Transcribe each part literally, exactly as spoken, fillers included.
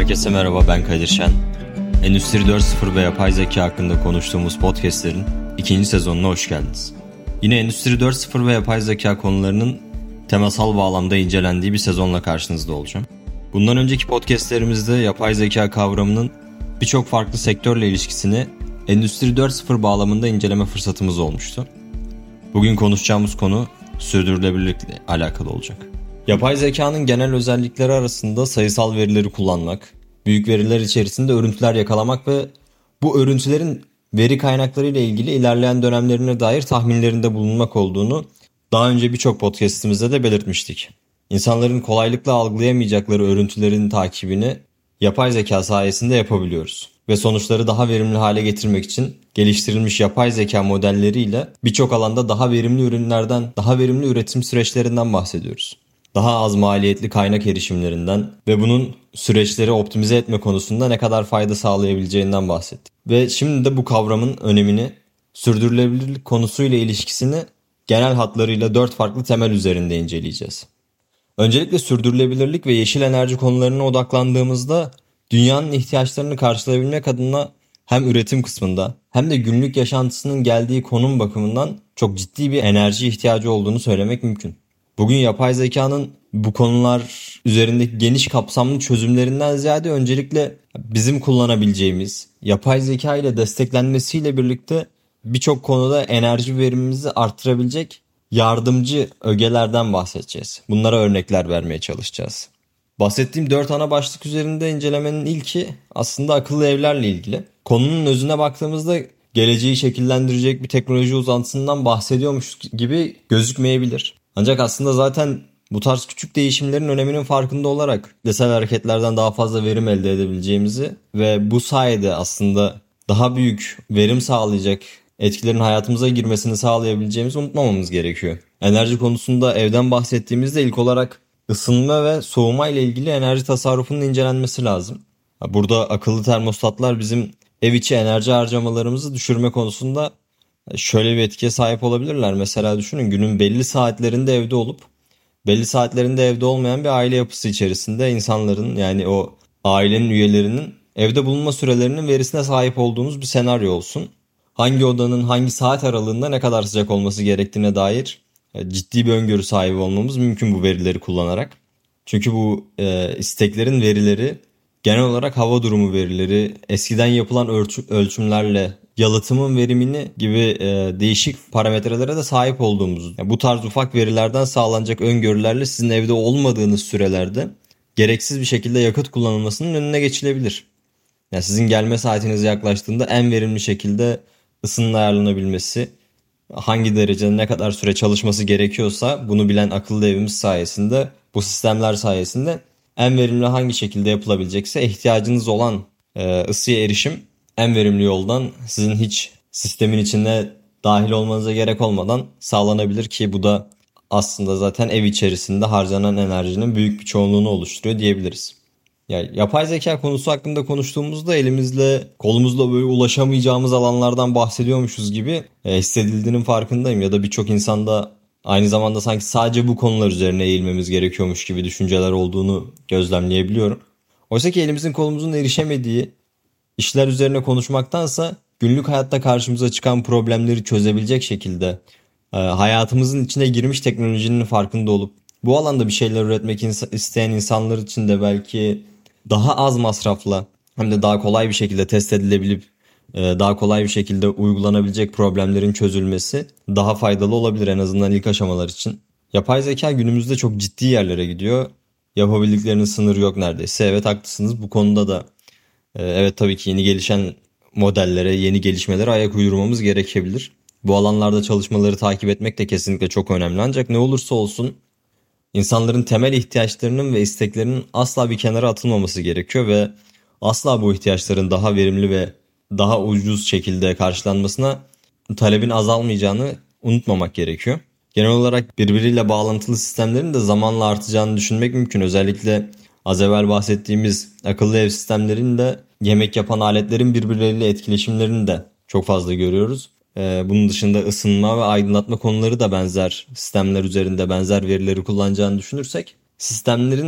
Herkese merhaba, ben Kadir Şen. Endüstri dört nokta sıfır ve yapay zeka hakkında konuştuğumuz podcastlerin ikinci sezonuna hoş geldiniz. Yine Endüstri dört nokta sıfır ve yapay zeka konularının temasal bağlamda incelendiği bir sezonla karşınızda olacağım. Bundan önceki podcastlerimizde yapay zeka kavramının birçok farklı sektörle ilişkisini Endüstri dört nokta sıfır bağlamında inceleme fırsatımız olmuştu. Bugün konuşacağımız konu sürdürülebilirlikle alakalı olacak. Yapay zekanın genel özellikleri arasında sayısal verileri kullanmak, büyük veriler içerisinde örüntüler yakalamak ve bu örüntülerin veri kaynakları ile ilgili ilerleyen dönemlerine dair tahminlerinde bulunmak olduğunu daha önce birçok podcastimizde de belirtmiştik. İnsanların kolaylıkla algılayamayacakları örüntülerin takibini yapay zeka sayesinde yapabiliyoruz. Ve sonuçları daha verimli hale getirmek için geliştirilmiş yapay zeka modelleriyle birçok alanda daha verimli ürünlerden, daha verimli üretim süreçlerinden bahsediyoruz. Daha az maliyetli kaynak erişimlerinden ve bunun süreçleri optimize etme konusunda ne kadar fayda sağlayabileceğinden bahsettik. Ve şimdi de bu kavramın önemini, sürdürülebilirlik konusuyla ilişkisini genel hatlarıyla dört farklı temel üzerinde inceleyeceğiz. Öncelikle sürdürülebilirlik ve yeşil enerji konularına odaklandığımızda dünyanın ihtiyaçlarını karşılayabilmek adına hem üretim kısmında hem de günlük yaşantısının geldiği konum bakımından çok ciddi bir enerji ihtiyacı olduğunu söylemek mümkün. Bugün yapay zekanın bu konular üzerindeki geniş kapsamlı çözümlerinden ziyade öncelikle bizim kullanabileceğimiz, yapay zeka ile desteklenmesiyle birlikte birçok konuda enerji verimimizi arttırabilecek yardımcı ögelerden bahsedeceğiz. Bunlara örnekler vermeye çalışacağız. Bahsettiğim dört ana başlık üzerinde incelemenin ilki aslında akıllı evlerle ilgili. Konunun özüne baktığımızda geleceği şekillendirecek bir teknoloji uzantısından bahsediyormuş gibi gözükmeyebilir. Ancak aslında zaten bu tarz küçük değişimlerin öneminin farkında olarak kitlesel hareketlerden daha fazla verim elde edebileceğimizi ve bu sayede aslında daha büyük verim sağlayacak etkilerin hayatımıza girmesini sağlayabileceğimizi unutmamamız gerekiyor. Enerji konusunda evden bahsettiğimizde ilk olarak ısınma ve soğuma ile ilgili enerji tasarrufunun incelenmesi lazım. Burada akıllı termostatlar bizim ev içi enerji harcamalarımızı düşürme konusunda şöyle bir etkiye sahip olabilirler. Mesela düşünün, günün belli saatlerinde evde olup belli saatlerinde evde olmayan bir aile yapısı içerisinde insanların, yani o ailenin üyelerinin evde bulunma sürelerinin verisine sahip olduğumuz bir senaryo olsun. Hangi odanın hangi saat aralığında ne kadar sıcak olması gerektiğine dair ciddi bir öngörü sahibi olmamız mümkün bu verileri kullanarak. Çünkü bu e, isteklerin verileri genel olarak hava durumu verileri, eskiden yapılan ölçü, ölçümlerle yalıtımın verimini gibi e, değişik parametrelere de sahip olduğumuz. Yani bu tarz ufak verilerden sağlanacak öngörülerle sizin evde olmadığınız sürelerde gereksiz bir şekilde yakıt kullanılmasının önüne geçilebilir. Yani sizin gelme saatiniz yaklaştığında en verimli şekilde ısının ayarlanabilmesi, hangi derecede ne kadar süre çalışması gerekiyorsa bunu bilen akıllı evimiz sayesinde, bu sistemler sayesinde en verimli hangi şekilde yapılabilecekse ihtiyacınız olan e, ısıya erişim en verimli yoldan sizin hiç sistemin içine dahil olmanıza gerek olmadan sağlanabilir ki bu da aslında zaten ev içerisinde harcanan enerjinin büyük bir çoğunluğunu oluşturuyor diyebiliriz. Yani yapay zeka konusu hakkında konuştuğumuzda elimizle kolumuzla böyle ulaşamayacağımız alanlardan bahsediyormuşuz gibi e, hissedildiğinin farkındayım. Ya da birçok insanda aynı zamanda sanki sadece bu konular üzerine eğilmemiz gerekiyormuş gibi düşünceler olduğunu gözlemleyebiliyorum. Oysa ki elimizin kolumuzun erişemediği işler üzerine konuşmaktansa günlük hayatta karşımıza çıkan problemleri çözebilecek şekilde e, hayatımızın içine girmiş teknolojinin farkında olup bu alanda bir şeyler üretmek ins- isteyen insanlar için de belki daha az masrafla hem de daha kolay bir şekilde test edilebilip e, daha kolay bir şekilde uygulanabilecek problemlerin çözülmesi daha faydalı olabilir, en azından ilk aşamalar için. Yapay zeka günümüzde çok ciddi yerlere gidiyor. Yapabildiklerinin sınırı yok neredeyse. Evet, haklısınız bu konuda da. Evet, tabii ki yeni gelişen modellere, yeni gelişmelere ayak uydurmamız gerekebilir. Bu alanlarda çalışmaları takip etmek de kesinlikle çok önemli. Ancak ne olursa olsun insanların temel ihtiyaçlarının ve isteklerinin asla bir kenara atılmaması gerekiyor ve asla bu ihtiyaçların daha verimli ve daha ucuz şekilde karşılanmasına talebin azalmayacağını unutmamak gerekiyor. Genel olarak birbiriyle bağlantılı sistemlerin de zamanla artacağını düşünmek mümkün. Özellikle az evvel bahsettiğimiz akıllı ev sistemlerinde yemek yapan aletlerin birbirleriyle etkileşimlerini de çok fazla görüyoruz. Ee, bunun dışında ısınma ve aydınlatma konuları da benzer sistemler üzerinde benzer verileri kullanacağını düşünürsek sistemlerin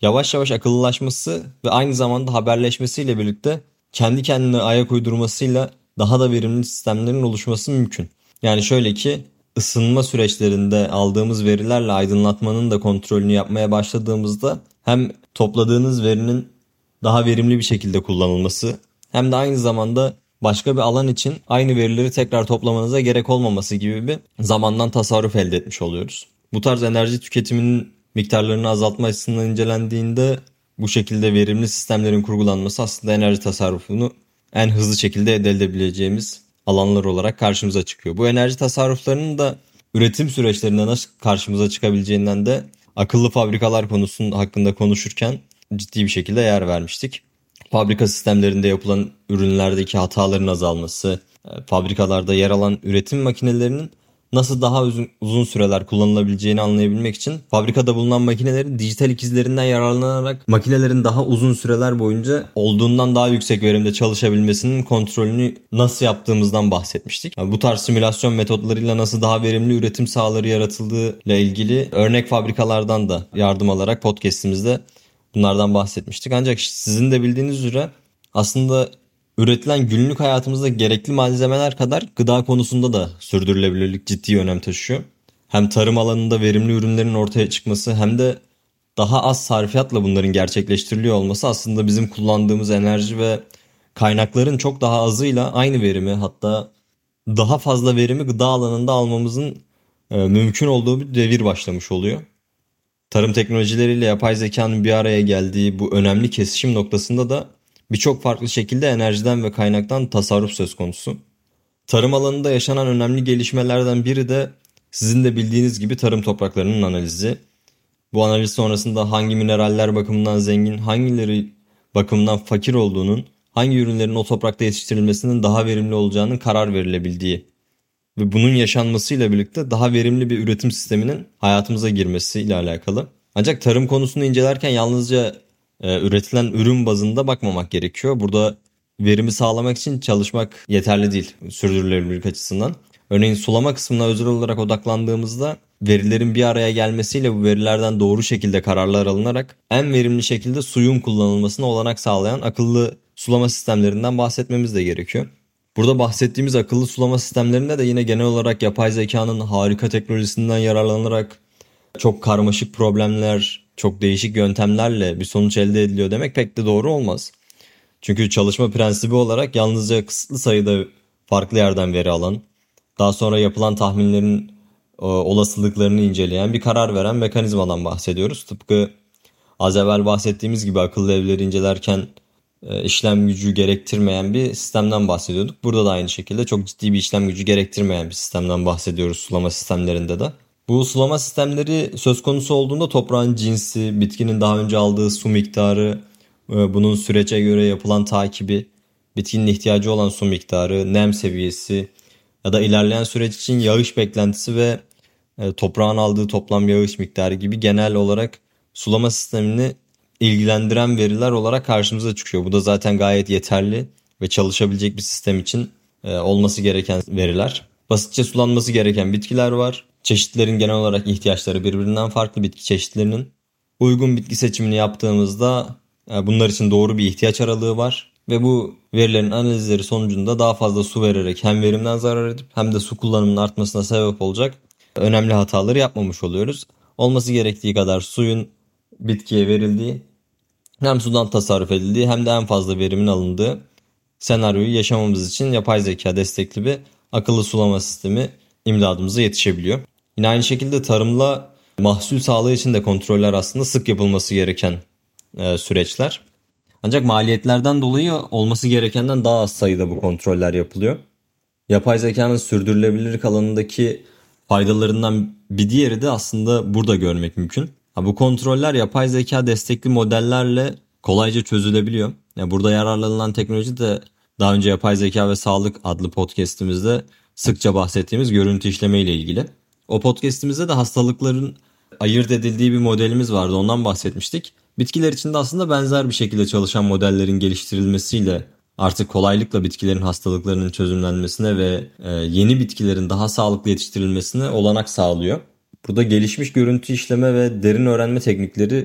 yavaş yavaş akıllılaşması ve aynı zamanda haberleşmesiyle birlikte kendi kendine ayak uydurmasıyla daha da verimli sistemlerin oluşması mümkün. Yani şöyle ki, ısınma süreçlerinde aldığımız verilerle aydınlatmanın da kontrolünü yapmaya başladığımızda hem topladığınız verinin daha verimli bir şekilde kullanılması hem de aynı zamanda başka bir alan için aynı verileri tekrar toplamanıza gerek olmaması gibi bir zamandan tasarruf elde etmiş oluyoruz. Bu tarz enerji tüketiminin miktarlarını azaltma açısından incelendiğinde bu şekilde verimli sistemlerin kurgulanması aslında enerji tasarrufunu en hızlı şekilde elde edebileceğimiz alanlar olarak karşımıza çıkıyor. Bu enerji tasarruflarının da üretim süreçlerinde nasıl karşımıza çıkabileceğinden de akıllı fabrikalar konusunun hakkında konuşurken ciddi bir şekilde yer vermiştik. Fabrika sistemlerinde yapılan ürünlerdeki hataların azalması, fabrikalarda yer alan üretim makinelerinin nasıl daha uzun, uzun süreler kullanılabileceğini anlayabilmek için fabrikada bulunan makinelerin dijital ikizlerinden yararlanarak makinelerin daha uzun süreler boyunca olduğundan daha yüksek verimde çalışabilmesinin kontrolünü nasıl yaptığımızdan bahsetmiştik. Yani bu tarz simülasyon metotlarıyla nasıl daha verimli üretim sahaları yaratıldığı ile ilgili örnek fabrikalardan da yardım alarak podcast'imizde bunlardan bahsetmiştik. Ancak sizin de bildiğiniz üzere aslında üretilen günlük hayatımızda gerekli malzemeler kadar gıda konusunda da sürdürülebilirlik ciddi önem taşıyor. Hem tarım alanında verimli ürünlerin ortaya çıkması hem de daha az sarfiyatla bunların gerçekleştiriliyor olması aslında bizim kullandığımız enerji ve kaynakların çok daha azıyla aynı verimi, hatta daha fazla verimi gıda alanında almamızın e, mümkün olduğu bir devir başlamış oluyor. Tarım teknolojileriyle yapay zekanın bir araya geldiği bu önemli kesişim noktasında da birçok farklı şekilde enerjiden ve kaynaktan tasarruf söz konusu. Tarım alanında yaşanan önemli gelişmelerden biri de sizin de bildiğiniz gibi tarım topraklarının analizi. Bu analiz sonrasında hangi mineraller bakımından zengin, hangileri bakımından fakir olduğunun, hangi ürünlerin o toprakta yetiştirilmesinin daha verimli olacağının karar verilebildiği ve bunun yaşanmasıyla birlikte daha verimli bir üretim sisteminin hayatımıza girmesiyle alakalı. Ancak tarım konusunu incelerken yalnızca e, üretilen ürün bazında bakmamak gerekiyor. Burada verimi sağlamak için çalışmak yeterli değil sürdürülebilirlik açısından. Örneğin sulama kısmına özel olarak odaklandığımızda verilerin bir araya gelmesiyle bu verilerden doğru şekilde kararlar alınarak en verimli şekilde suyun kullanılmasına olanak sağlayan akıllı sulama sistemlerinden bahsetmemiz de gerekiyor. Burada bahsettiğimiz akıllı sulama sistemlerinde de yine genel olarak yapay zekanın harika teknolojisinden yararlanarak çok karmaşık problemler, çok değişik yöntemlerle bir sonuç elde ediliyor demek pek de doğru olmaz. Çünkü çalışma prensibi olarak yalnızca kısıtlı sayıda farklı yerden veri alan, daha sonra yapılan tahminlerin e, olasılıklarını inceleyen bir karar veren mekanizmadan bahsediyoruz. Tıpkı az evvel bahsettiğimiz gibi akıllı evleri incelerken e, işlem gücü gerektirmeyen bir sistemden bahsediyorduk. Burada da aynı şekilde çok ciddi bir işlem gücü gerektirmeyen bir sistemden bahsediyoruz sulama sistemlerinde de. Bu sulama sistemleri söz konusu olduğunda toprağın cinsi, bitkinin daha önce aldığı su miktarı, e, bunun sürece göre yapılan takibi, bitkinin ihtiyacı olan su miktarı, nem seviyesi ya da ilerleyen süreç için yağış beklentisi ve e, toprağın aldığı toplam yağış miktarı gibi genel olarak sulama sistemini ilgilendiren veriler olarak karşımıza çıkıyor. Bu da zaten gayet yeterli ve çalışabilecek bir sistem için e, olması gereken veriler. Basitçe sulanması gereken bitkiler var. Çeşitlerin genel olarak ihtiyaçları birbirinden farklı bitki çeşitlerinin. Uygun bitki seçimini yaptığımızda e, bunlar için doğru bir ihtiyaç aralığı var. Ve bu verilerin analizleri sonucunda daha fazla su vererek hem verimden zarar edip hem de su kullanımının artmasına sebep olacak önemli hataları yapmamış oluyoruz. Olması gerektiği kadar suyun bitkiye verildiği, hem sudan tasarruf edildiği hem de en fazla verimin alındığı senaryoyu yaşamamız için yapay zeka destekli bir akıllı sulama sistemi imdadımıza yetişebiliyor. Yine aynı şekilde tarımla mahsul sağlığı için de kontroller aslında sık yapılması gereken e, süreçler. Ancak maliyetlerden dolayı olması gerekenden daha az sayıda bu kontroller yapılıyor. Yapay zekanın sürdürülebilirlik alanındaki faydalarından bir diğeri de aslında burada görmek mümkün. Ha, bu kontroller yapay zeka destekli modellerle kolayca çözülebiliyor. Yani burada yararlanılan teknoloji de daha önce Yapay Zeka ve Sağlık adlı podcast'imizde sıkça bahsettiğimiz görüntü işleme ile ilgili. O podcast'imizde de hastalıkların ayırt edildiği bir modelimiz vardı. Ondan bahsetmiştik. Bitkiler için de aslında benzer bir şekilde çalışan modellerin geliştirilmesiyle artık kolaylıkla bitkilerin hastalıklarının çözümlenmesine ve yeni bitkilerin daha sağlıklı yetiştirilmesine olanak sağlıyor. Burada gelişmiş görüntü işleme ve derin öğrenme teknikleri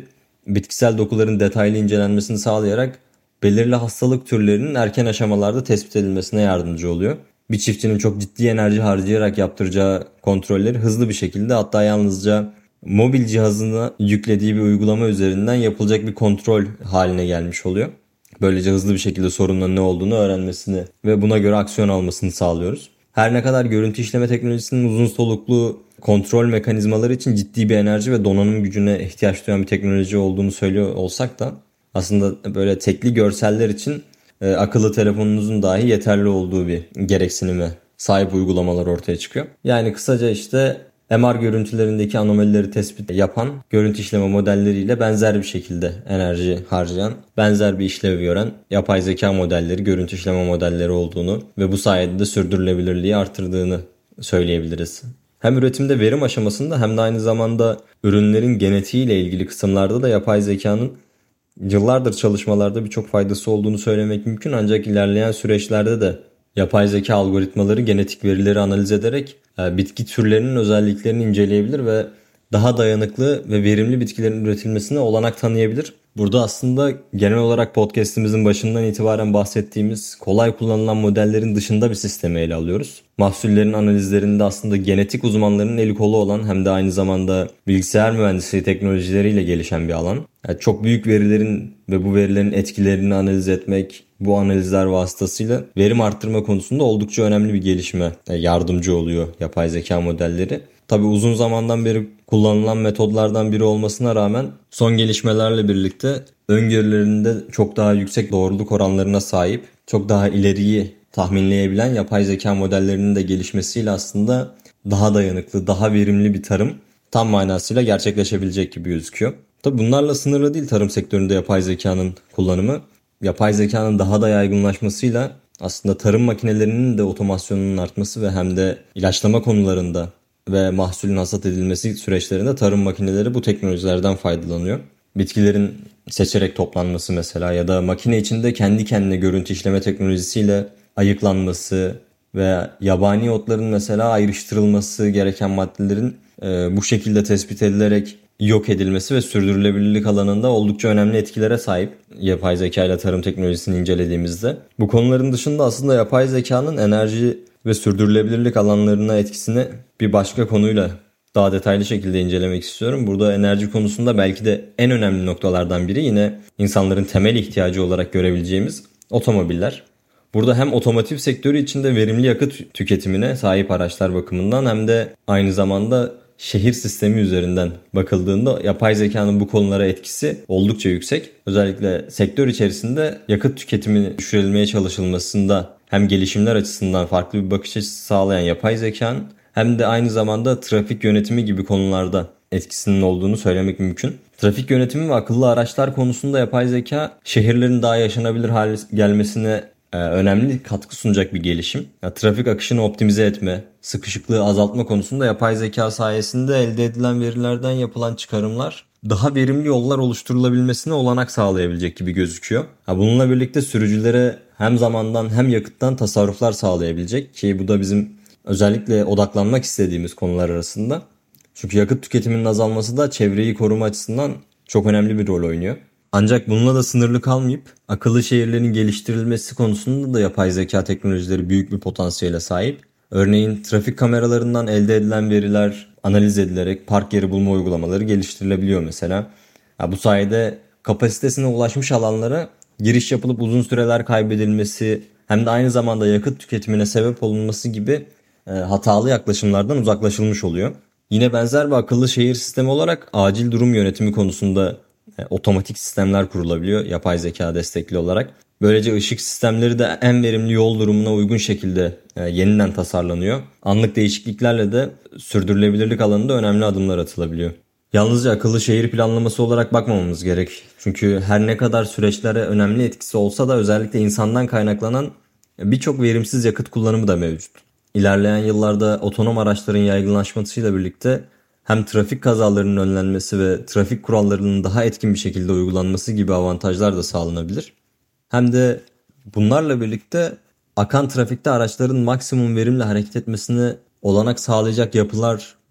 bitkisel dokuların detaylı incelenmesini sağlayarak belirli hastalık türlerinin erken aşamalarda tespit edilmesine yardımcı oluyor. Bir çiftçinin çok ciddi enerji harcayarak yaptıracağı kontrolleri hızlı bir şekilde, hatta yalnızca mobil cihazına yüklediği bir uygulama üzerinden yapılacak bir kontrol haline gelmiş oluyor. Böylece hızlı bir şekilde sorunun ne olduğunu öğrenmesini ve buna göre aksiyon almasını sağlıyoruz. Her ne kadar görüntü işleme teknolojisinin uzun soluklu kontrol mekanizmaları için ciddi bir enerji ve donanım gücüne ihtiyaç duyan bir teknoloji olduğunu söylüyor olsak da aslında böyle tekli görseller için e, akıllı telefonunuzun dahi yeterli olduğu bir gereksinime sahip uygulamalar ortaya çıkıyor. Yani kısaca işte M R görüntülerindeki anomalileri tespit yapan görüntü işleme modelleriyle benzer bir şekilde enerji harcayan, benzer bir işlevi gören yapay zeka modelleri, görüntü işleme modelleri olduğunu ve bu sayede de sürdürülebilirliği artırdığını söyleyebiliriz. Hem üretimde verim aşamasında hem de aynı zamanda ürünlerin genetiğiyle ilgili kısımlarda da yapay zekanın yıllardır çalışmalarda birçok faydası olduğunu söylemek mümkün, ancak ilerleyen süreçlerde de yapay zeka algoritmaları genetik verileri analiz ederek bitki türlerinin özelliklerini inceleyebilir ve daha dayanıklı ve verimli bitkilerin üretilmesine olanak tanıyabilir. Burada aslında genel olarak podcast'imizin başından itibaren bahsettiğimiz kolay kullanılan modellerin dışında bir sistemi ele alıyoruz. Mahsullerin analizlerinde aslında genetik uzmanlarının eli kolu olan hem de aynı zamanda bilgisayar mühendisliği teknolojileriyle gelişen bir alan. Yani çok büyük verilerin ve bu verilerin etkilerini analiz etmek, bu analizler vasıtasıyla verim arttırma konusunda oldukça önemli bir gelişme yardımcı oluyor yapay zeka modelleri. Tabii uzun zamandan beri kullanılan metodlardan biri olmasına rağmen son gelişmelerle birlikte öngörülerinde çok daha yüksek doğruluk oranlarına sahip, çok daha ileriyi tahminleyebilen yapay zeka modellerinin de gelişmesiyle aslında daha dayanıklı, daha verimli bir tarım tam manasıyla gerçekleşebilecek gibi gözüküyor. Tabii bunlarla sınırlı değil tarım sektöründe yapay zekanın kullanımı. Yapay zekanın daha da yaygınlaşmasıyla aslında tarım makinelerinin de otomasyonunun artması ve hem de ilaçlama konularında ve mahsulün hasat edilmesi süreçlerinde tarım makineleri bu teknolojilerden faydalanıyor. Bitkilerin seçerek toplanması mesela ya da makine içinde kendi kendine görüntü işleme teknolojisiyle ayıklanması ve yabani otların mesela ayrıştırılması gereken maddelerin e, bu şekilde tespit edilerek yok edilmesi ve sürdürülebilirlik alanında oldukça önemli etkilere sahip yapay zeka ile tarım teknolojisini incelediğimizde. Bu konuların dışında aslında yapay zekanın enerji ve sürdürülebilirlik alanlarına etkisini bir başka konuyla daha detaylı şekilde incelemek istiyorum. Burada enerji konusunda belki de en önemli noktalardan biri yine insanların temel ihtiyacı olarak görebileceğimiz otomobiller. Burada hem otomotiv sektörü içinde verimli yakıt tüketimine sahip araçlar bakımından hem de aynı zamanda şehir sistemi üzerinden bakıldığında yapay zekanın bu konulara etkisi oldukça yüksek. Özellikle sektör içerisinde yakıt tüketimini düşürülmeye çalışılmasında hem gelişimler açısından farklı bir bakış açısı sağlayan yapay zekanın hem de aynı zamanda trafik yönetimi gibi konularda etkisinin olduğunu söylemek mümkün. Trafik yönetimi ve akıllı araçlar konusunda yapay zeka şehirlerin daha yaşanabilir hale gelmesine e, önemli katkı sunacak bir gelişim. Yani trafik akışını optimize etme, sıkışıklığı azaltma konusunda yapay zeka sayesinde elde edilen verilerden yapılan çıkarımlar daha verimli yollar oluşturulabilmesine olanak sağlayabilecek gibi gözüküyor. Ha, bununla birlikte sürücülere hem zamandan hem yakıttan tasarruflar sağlayabilecek ki bu da bizim özellikle odaklanmak istediğimiz konular arasında. Çünkü yakıt tüketiminin azalması da çevreyi koruma açısından çok önemli bir rol oynuyor. Ancak bununla da sınırlı kalmayıp akıllı şehirlerin geliştirilmesi konusunda da yapay zeka teknolojileri büyük bir potansiyele sahip. Örneğin trafik kameralarından elde edilen veriler analiz edilerek park yeri bulma uygulamaları geliştirilebiliyor mesela. Ya bu sayede kapasitesine ulaşmış alanlara giriş yapılıp uzun süreler kaybedilmesi hem de aynı zamanda yakıt tüketimine sebep olunması gibi e, hatalı yaklaşımlardan uzaklaşılmış oluyor. Yine benzer bir akıllı şehir sistemi olarak acil durum yönetimi konusunda e, otomatik sistemler kurulabiliyor yapay zeka destekli olarak. Böylece ışık sistemleri de en verimli yol durumuna uygun şekilde e, yeniden tasarlanıyor. Anlık değişikliklerle de sürdürülebilirlik alanında önemli adımlar atılabiliyor. Yalnızca akıllı şehir planlaması olarak bakmamamız gerek. Çünkü her ne kadar süreçlere önemli etkisi olsa da özellikle insandan kaynaklanan birçok verimsiz yakıt kullanımı da mevcut. İlerleyen yıllarda otonom araçların yaygınlaşmasıyla birlikte hem trafik kazalarının önlenmesi ve trafik kurallarının daha etkin bir şekilde uygulanması gibi avantajlar da sağlanabilir. Hem de bunlarla birlikte akan trafikte araçların maksimum verimle hareket etmesine olanak sağlayacak yapılar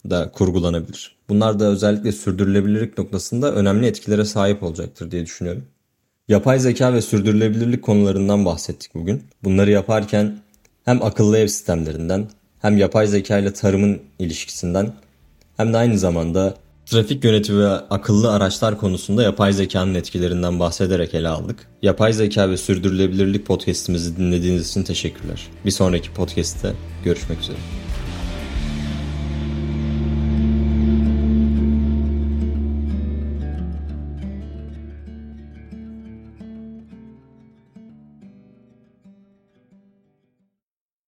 da kurgulanabilir. Bunlar da özellikle sürdürülebilirlik noktasında önemli etkilere sahip olacaktır diye düşünüyorum. Yapay zeka ve sürdürülebilirlik konularından bahsettik bugün. Bunları yaparken hem akıllı ev sistemlerinden, hem yapay zeka ile tarımın ilişkisinden, hem de aynı zamanda trafik yönetimi ve akıllı araçlar konusunda yapay zekanın etkilerinden bahsederek ele aldık. Yapay zeka ve sürdürülebilirlik podcast'imizi dinlediğiniz için teşekkürler. Bir sonraki podcast'te görüşmek üzere.